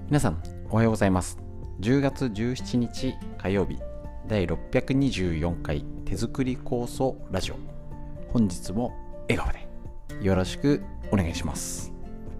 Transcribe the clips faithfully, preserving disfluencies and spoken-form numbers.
皆さんおはようございます。じゅうがつじゅうしちにち火曜日、だいろっぴゃくにじゅうよんかい手作り酵素ラジオ。本日も笑顔でよろしくお願いします。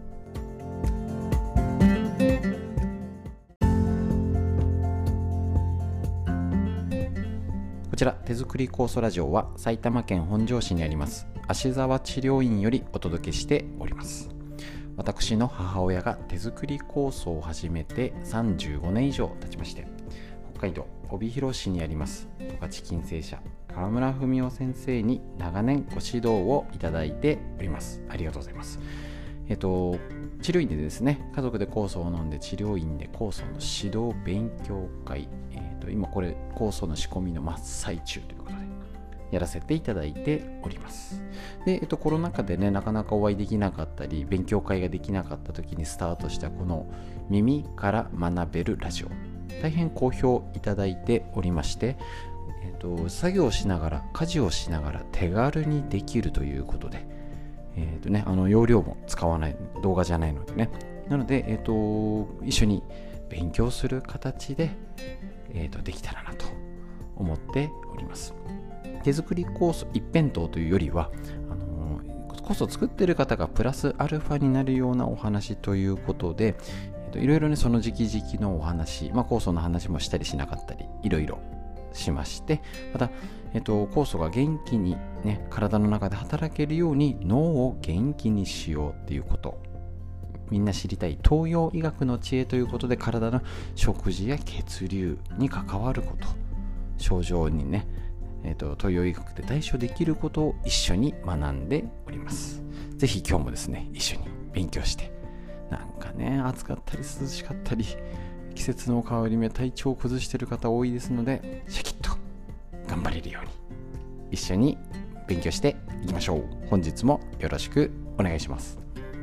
こちら手作り酵素ラジオは埼玉県本庄市にあります芦沢治療院よりお届けしております。私の母親が手作り酵素を始めてさんじゅうごねん以上経ちまして、北海道帯広市にあります十勝金星社川村文夫先生に長年ご指導をいただいております。ありがとうございます。えっと治療院でですね、家族で酵素を飲んで治療院で酵素の指導勉強会、えっと今これ酵素の仕込みの真っ最中ということでやらせていただいております。で、えっと、コロナ禍でね、なかなかお会いできなかったり、勉強会ができなかった時にスタートしたこの耳から学べるラジオ、大変好評いただいておりまして、えっと、作業をしながら、家事をしながら手軽にできるということで、えっとね、あの容量も使わない、動画じゃないのでね。なので、えっと、一緒に勉強する形で、えっと、できたらなと思っております。手作り酵素一辺倒というよりは、あのー、酵素を作っている方がプラスアルファになるようなお話ということで、えっと、いろいろね、その時期時期のお話、まあ、酵素の話もしたりしなかったりいろいろしまして、また、えっと、酵素が元気に、ね、体の中で働けるように脳を元気にしようっていうこと、みんな知りたい東洋医学の知恵ということで、体の食事や血流に関わること、症状にね、えーと、東洋医学で対処できることを一緒に学んでおります。ぜひ今日もですね、一緒に勉強して、なんかね、暑かったり涼しかったり、季節の変わり目、体調を崩している方多いですので、シャキッと頑張れるように一緒に勉強していきましょう。本日もよろしくお願いします。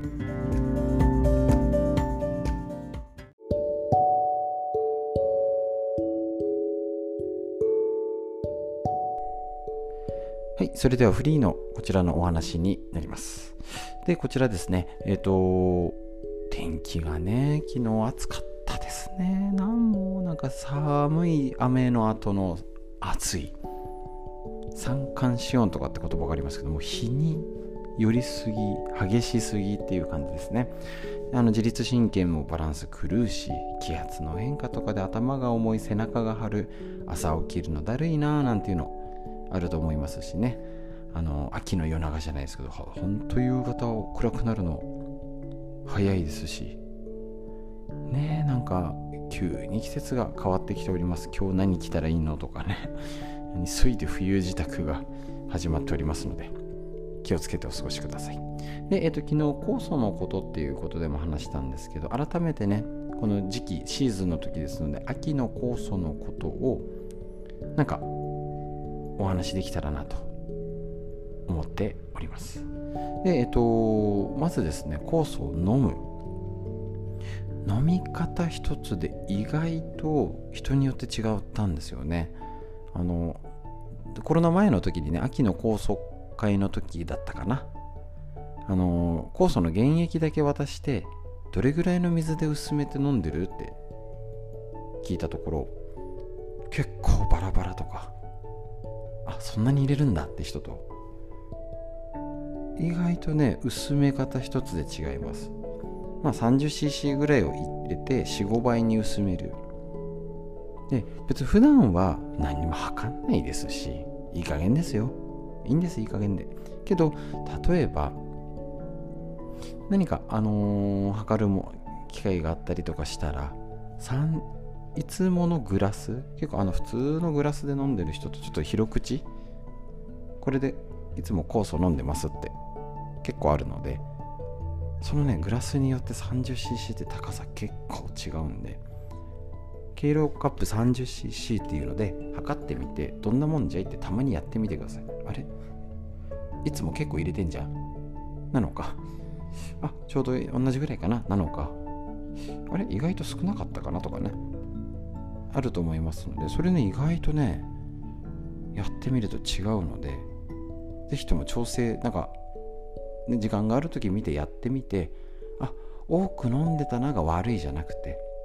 はい、それではフリーのこちらのお話になります。で、こちらですね、えっと、天気がね、昨日暑かったですね。なんもなんか寒い雨の後の暑い。三寒四温とかって言葉がありますけども、日によりすぎ、激しすぎっていう感じですね。あの自律神経もバランス狂うし、気圧の変化とかで頭が重い、背中が張る、朝起きるのだるいなーなんていうのあると思いますしね。あの秋の夜長じゃないですけど、本当夕方暗くなるの早いですしね。えなんか急に季節が変わってきております。今日何着たらいいのとかね急いで冬支度が始まっておりますので、気をつけてお過ごしください。で、えっと、昨日酵素のことっていうことでも話したんですけど、改めてね、この時期シーズンの時ですので、秋の酵素のことをなんかお話できたらなと思っております。で、えっと、まずですね、酵素を飲む飲み方一つで意外と人によって違ったんですよね。あのコロナ前の時にね、秋の酵素会の時だったかな、あの酵素の原液だけ渡して、どれぐらいの水で薄めて飲んでるって聞いたところ、結構バラバラとか、あ、そんなに入れるんだって人と、意外とね、薄め方一つで違います。まあ さんじゅっシーシー ぐらいを入れて よん、ごばいに薄める。で、別に普段は何も測んないですし、いい加減ですよ。いいんです、いい加減で。けど、例えば何かあのー、測るも機会があったりとかしたら、いつものグラス、結構あの普通のグラスで飲んでる人とちょっと広口、これでいつも酵素飲んでますって結構あるので、そのねグラスによって さんじゅっシーシー って高さ結構違うんで、計量カップ さんじゅっシーシー っていうので測ってみて、どんなもんじゃいってたまにやってみてください。あれ、いつも結構入れてんじゃんなのか、あ、ちょうど同じぐらいかななのか、あれ意外と少なかったかなとかね、あると思いますので、それね意外とねやってみると違うので、ぜひとも調整、なんか、ね、時間があるとき見てやってみて、あ、多く飲んでたなが悪いじゃなくて、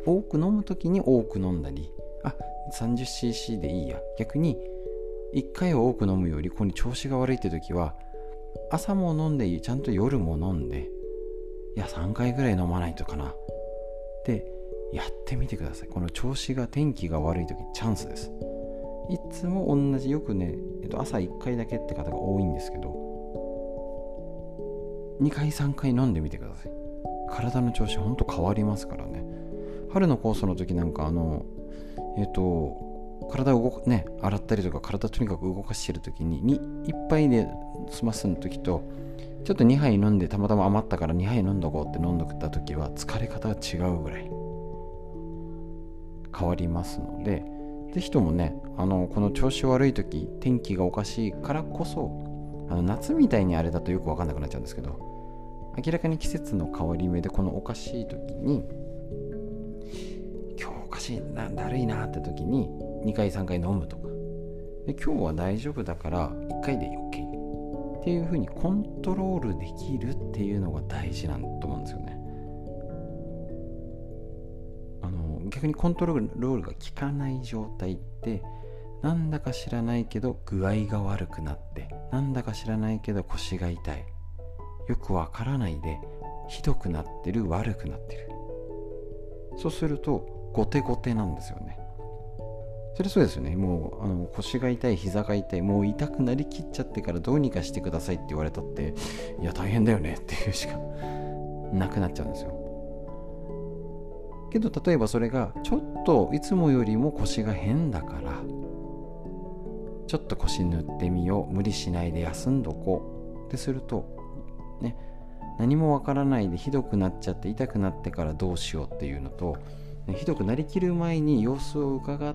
多く飲むときに多く飲んだり、あ さんじゅっシーシー でいいや、逆にいっかいを多く飲むよりここに調子が悪いって時は朝も飲んでいい、ちゃんと夜も飲んで、いやさんかいぐらい飲まないとかなでやってみてください。この調子が天気が悪い時チャンスです。いつも同じ、よくね、えっと、朝いっかいだけって方が多いんですけど、にかいさんかい飲んでみてください。体の調子ほんと変わりますからね。春の酵素の時なんかあのえっと体を動くね、洗ったりとか体とにかく動かしてる時ににいっぱいで済ますの時と、ちょっとにはい飲んでたまたま余ったからにはい飲んどこうって飲んどった時は疲れ方が違うぐらい変わりますので、ぜひともね、あのこの調子悪い時、天気がおかしいからこそ、あの夏みたいにあれだとよく分かんなくなっちゃうんですけど、明らかに季節の変わり目でこのおかしい時に、今日おかしいな、だるいなって時ににかいさんかい飲むとかで、今日は大丈夫だからいっかいで OK っていう風にコントロールできるっていうのが大事なんと思うんですよね。あの逆にコントロールが効かない状態って、なんだか知らないけど具合が悪くなって、なんだか知らないけど腰が痛い、よくわからないでひどくなってる、悪くなってる。そうすると後手後手なんですよね。それそうですよね。もうあの腰が痛い、膝が痛い、もう痛くなりきっちゃってからどうにかしてくださいって言われたって、いや大変だよねっていうしかなくなっちゃうんですよ。けど例えばそれがちょっといつもよりも腰が変だから、ちょっと腰塗ってみよう、無理しないで休んどこうってするとね、何もわからないでひどくなっちゃって痛くなってからどうしようっていうのと、ね、ひどくなりきる前に様子を伺って、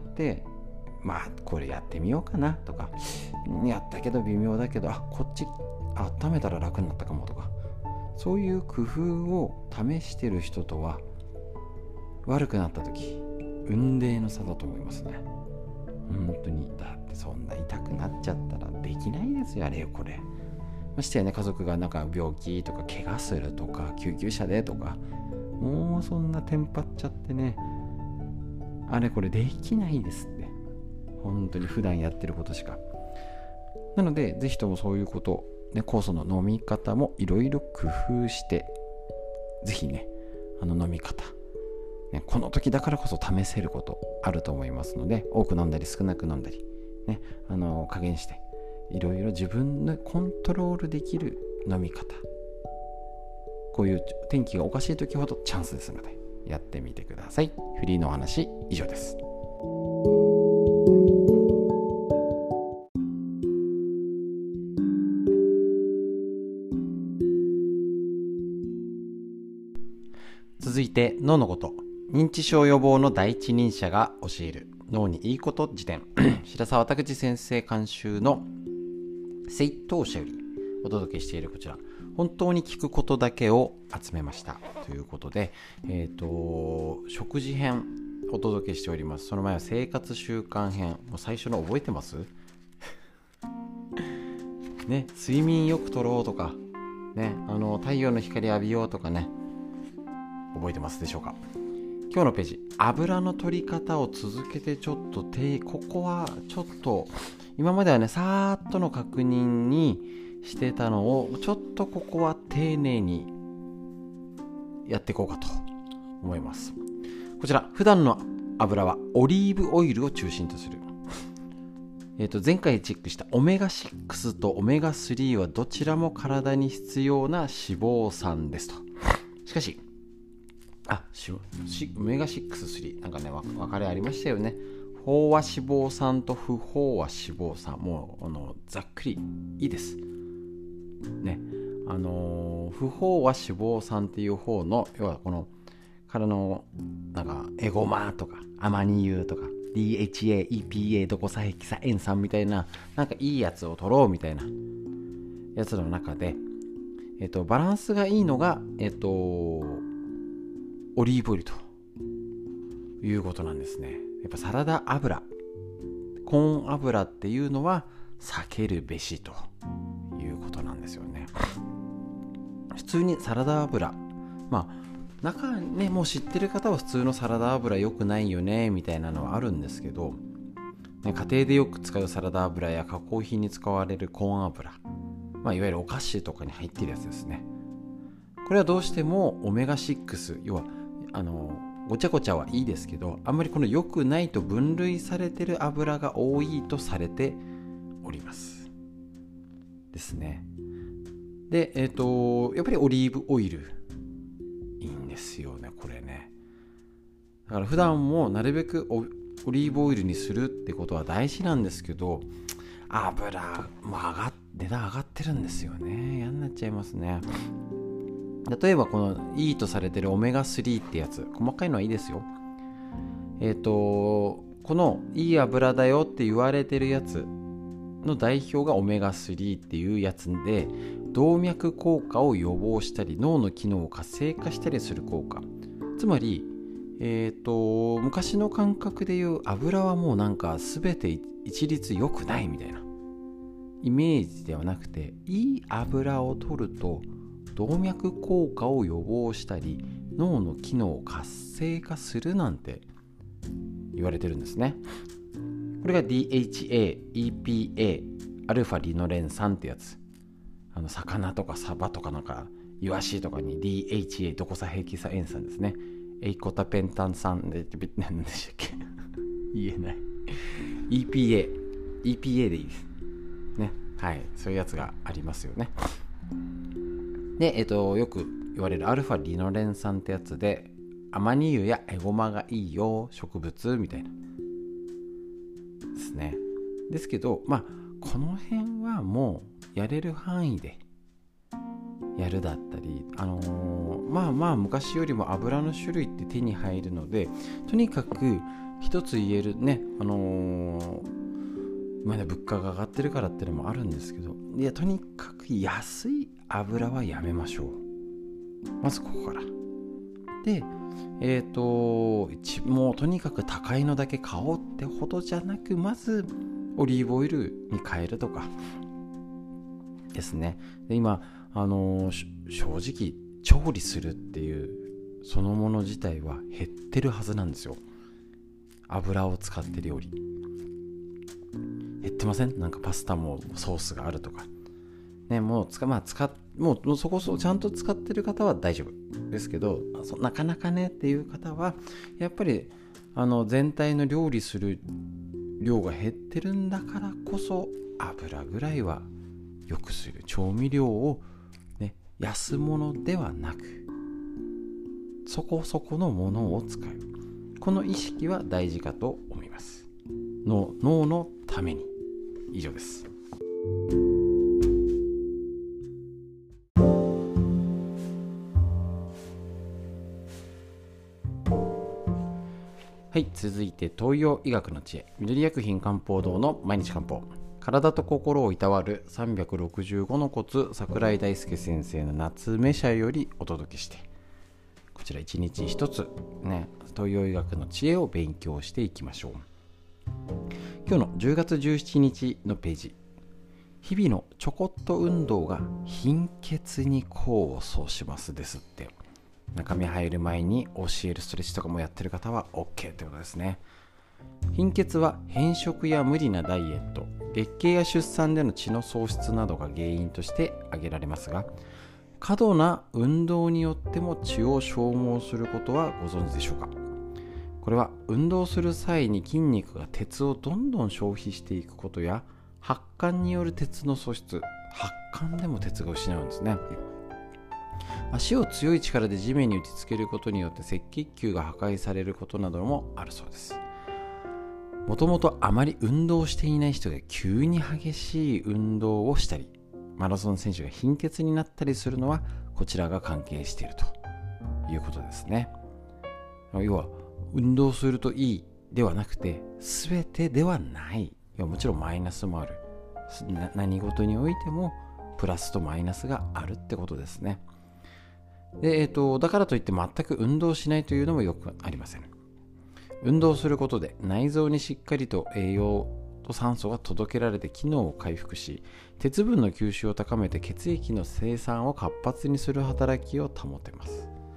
まあこれやってみようかなとか、やったけど微妙だけど、あこっち温めたら楽になったかもとか、そういう工夫を試してる人とは悪くなった時雲泥の差だと思いますね。本当に。だってそんな痛くなっちゃったらできないですよ、あれよこれ。ましてやね、家族がなんか病気とか怪我するとか救急車でとか、もうそんなテンパっちゃってね、あれこれできないですって。本当に普段やってることしか。なのでぜひともそういうこと、ね、酵素の飲み方もいろいろ工夫して、ぜひね、あの飲み方、ね、この時だからこそ試せることあると思いますので、多く飲んだり少なく飲んだり、ね、あの加減していろいろ自分のコントロールできる飲み方、こういう天気がおかしい時ほどチャンスですのでやってみてください。フリーのお話以上です。続いて脳のこと、認知症予防の第一人者が教える脳にいいこと辞典白澤拓司先生監修の正当者よりお届けしているこちら、本当に聞くことだけを集めましたということで、えっと食事編お届けしております。その前は生活習慣編、もう最初の覚えてますね、睡眠よくとろうとかね、あの太陽の光浴びようとかね、覚えてますでしょうか。今日のページ、油の取り方を続けてちょっとてここはちょっと今まではねさーっとの確認にしてたのを、ちょっとここは丁寧にやっていこうかと思います。こちら普段の油はオリーブオイルを中心とする、えーと前回チェックしたオメガシックスとオメガスリーはどちらも体に必要な脂肪酸ですと。しかしあ、オメガシックス、スリーなんかね分かれありましたよね。飽和脂肪酸と不飽和脂肪酸、もうあのざっくりいいですね。あのー、不飽和脂肪酸っていう方の、要はこの体のなんかエゴマとかアマニ油とか ディーエイチエー、イーピーエー、ドコサヘキサエン酸みたいな、なんかいいやつを取ろうみたいなやつの中で、えっとバランスがいいのがえっとオリーブオイルということなんですね。やっぱサラダ油、コーン油っていうのは避けるべしということなんですよね。普通にサラダ油、まあ中ね、もう知ってる方は普通のサラダ油良くないよねみたいなのはあるんですけど、ね、家庭でよく使うサラダ油や加工品に使われるコーン油、まあ、いわゆるお菓子とかに入っているやつですね。これはどうしてもオメガシックス、要はあのごちゃごちゃはいいですけど、あんまりこの良くないと分類されてる油が多いとされておりますですね。で、えっとやっぱりオリーブオイルいいんですよね、これね。だから普段もなるべく オ, オリーブオイルにするってことは大事なんですけど、油も上が値段上がってるんですよね。嫌になっちゃいますね。例えばこのいいとされてるオメガスリーってやつ、細かいのはいいですよ。えっとこのいい油だよって言われてるやつの代表がオメガスリーっていうやつで、動脈硬化を予防したり脳の機能を活性化したりする効果。つまり、えっと昔の感覚でいう油はもうなんか全て一律良くないみたいなイメージではなくて、いい油を取ると動脈硬化を予防したり脳の機能を活性化するなんて言われてるんですね。これが ディーエイチエー、イーピーエー、アルファリノレン酸ってやつ。あの魚とかサバとかなんかイワシとかに ディーエイチエー ドコサヘキサエン酸ですね。エイコタペンタン酸で何でしたっけ言えない イーピーエー イーピーエー でいいですね。はい、そういうやつがありますよね。で、えっとよく言われるアルファリノレン酸ってやつで、アマニ油やエゴマがいいよ植物みたいなですね。ですけど、まあこの辺はもうやれる範囲でやるだったり、あのー、まあまあ昔よりも油の種類って手に入るので、とにかく一つ言えるね、あのー、今ね物価が上がってるからっていうのもあるんですけど、いやとにかく安い油はやめましょう。まずここからで、えっともうとにかく高いのだけ買おうってほどじゃなく、まずオリーブオイルに変えるとかですね。で今、あのー、正直調理するっていうそのもの自体は減ってるはずなんですよ。油を使ってるより減ってません？なんかパスタもソースがあるとかね、もう使、まあ、使っもうそこそこちゃんと使ってる方は大丈夫ですけど、なかなかねっていう方はやっぱりあの全体の料理する量が減ってるんだからこそ、油ぐらいはよくする。調味料を、ね、安物ではなくそこそこのものを使う、この意識は大事かと思います。の脳のために。以上です。はい、続いて東洋医学の知恵、緑薬品漢方堂の毎日漢方、体と心をいたわるさんびゃくろくじゅうごのコツ、櫻井大輔先生の夏目社よりお届けして、こちら一日一つね、東洋医学の知恵を勉強していきましょう。今日のじゅうがつじゅうしちにちのページ、日々のちょこっと運動が貧血に功を奏しますですって。中身入る前に教えるストレッチとかもやってる方は OK ということですね。貧血は偏食や無理なダイエット、月経や出産での血の喪失などが原因として挙げられますが、過度な運動によっても血を消耗することはご存知でしょうか。これは運動する際に筋肉が鉄をどんどん消費していくことや、発汗による鉄の喪失、発汗でも鉄が失うんですね。足を強い力で地面に打ちつけることによって赤血球が破壊されることなどもあるそうです。もともとあまり運動していない人が急に激しい運動をしたり、マラソン選手が貧血になったりするのはこちらが関係しているということですね。要は運動するといいではなくて、全てではない。いやもちろんマイナスもある。何事においてもプラスとマイナスがあるってことですね。で、えーと、だからといって全く運動しないというのもよくありません。運動することで内臓にしっかりと栄養と酸素が届けられて機能を回復し、鉄分の吸収を高めて血液の生産を活発にする働きを保てます。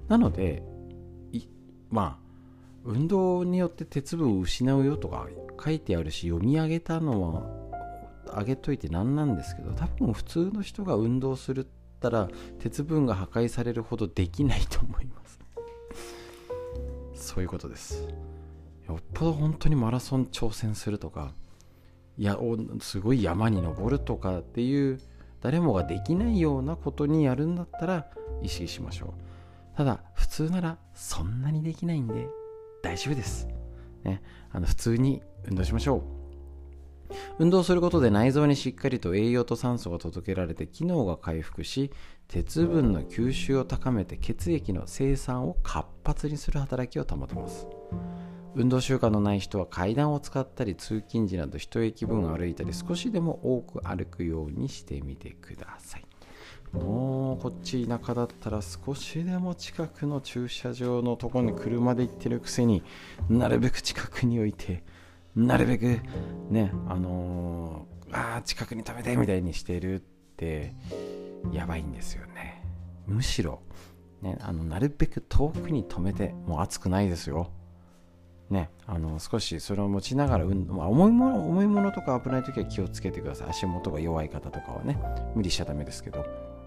なのでまあ運動によって鉄分を失うよとか書いてあるし、読み上げたのは上げといてなんなんですけど、多分普通の人が運動するったら鉄分が破壊されるほどできないと思いますそういうことです。よっぽど本当にマラソン挑戦するとか、いやすごい山に登るとかっていう誰もができないようなことにやるんだったら意識しましょう。ただ普通ならそんなにできないんで大丈夫です、ね、あの普通に運動しましょう。運動することで内臓にしっかりと栄養と酸素が届けられて機能が回復し、鉄分の吸収を高めて血液の生産を活発にする働きを保てます。運動習慣のない人は階段を使ったり通勤時など一駅分歩いたり少しでも多く歩くようにしてみてください。もうこっち田舎だったら少しでも近くの駐車場のところに車で行ってるくせになるべく近くに置いて、なるべくねあのー、あ近くに止めてみたいにしてるってやばいんですよね。むしろ、ね、あのなるべく遠くに止めて、もう暑くないですよね、あの少しそれを持ちながら、うん、重いもの重いものとか危ないときは気をつけてください。足元が弱い方とかはね無理しちゃダメですけど、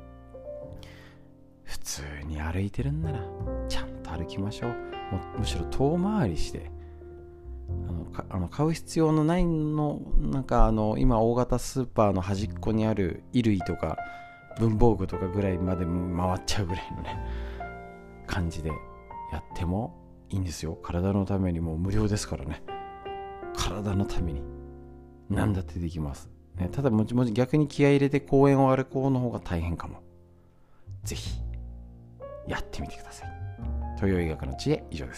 普通に歩いてるんならちゃんと歩きましょう。もむしろ遠回りしてあのかあの買う必要のないの、なんかあの今大型スーパーの端っこにある衣類とか文房具とかぐらいまで回っちゃうぐらいのね感じでやってもいいんですよ。体のためにもう無料ですからね。体のために何だってできます、ね、ただもちもち逆に気合い入れて公園を歩こうの方が大変かも。ぜひやってみてください。東洋医学の知恵、以上です。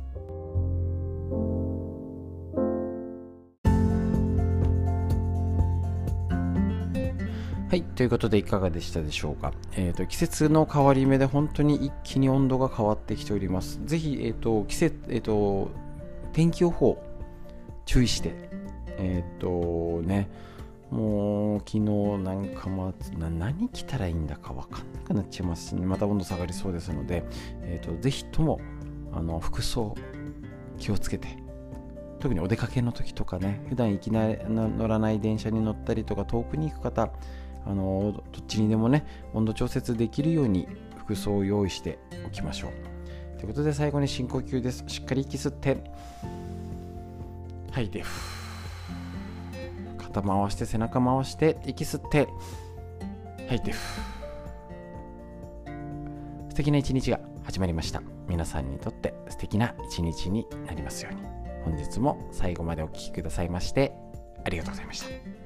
はい、ということでいかがでしたでしょうか。えーと、季節の変わり目で本当に一気に温度が変わってきております。ぜひ、えーと、季節、えーと、天気予報注意して、えっ、ー、とね、もう昨日なんかまあな何着たらいいんだか分かんなくなっちゃいますし、ね、また温度下がりそうですので、えーと、ぜひともあの服装気をつけて、特にお出かけの時とかね、普段行きな乗らない電車に乗ったりとか遠くに行く方、あのどっちにでもね温度調節できるように服装を用意しておきましょう。ということで最後に深呼吸です。しっかり息吸って吐いて、肩回して背中回して息吸って吐いて、素敵な一日が始まりました。皆さんにとって素敵な一日になりますように。本日も最後までお聞きくださいましてありがとうございました。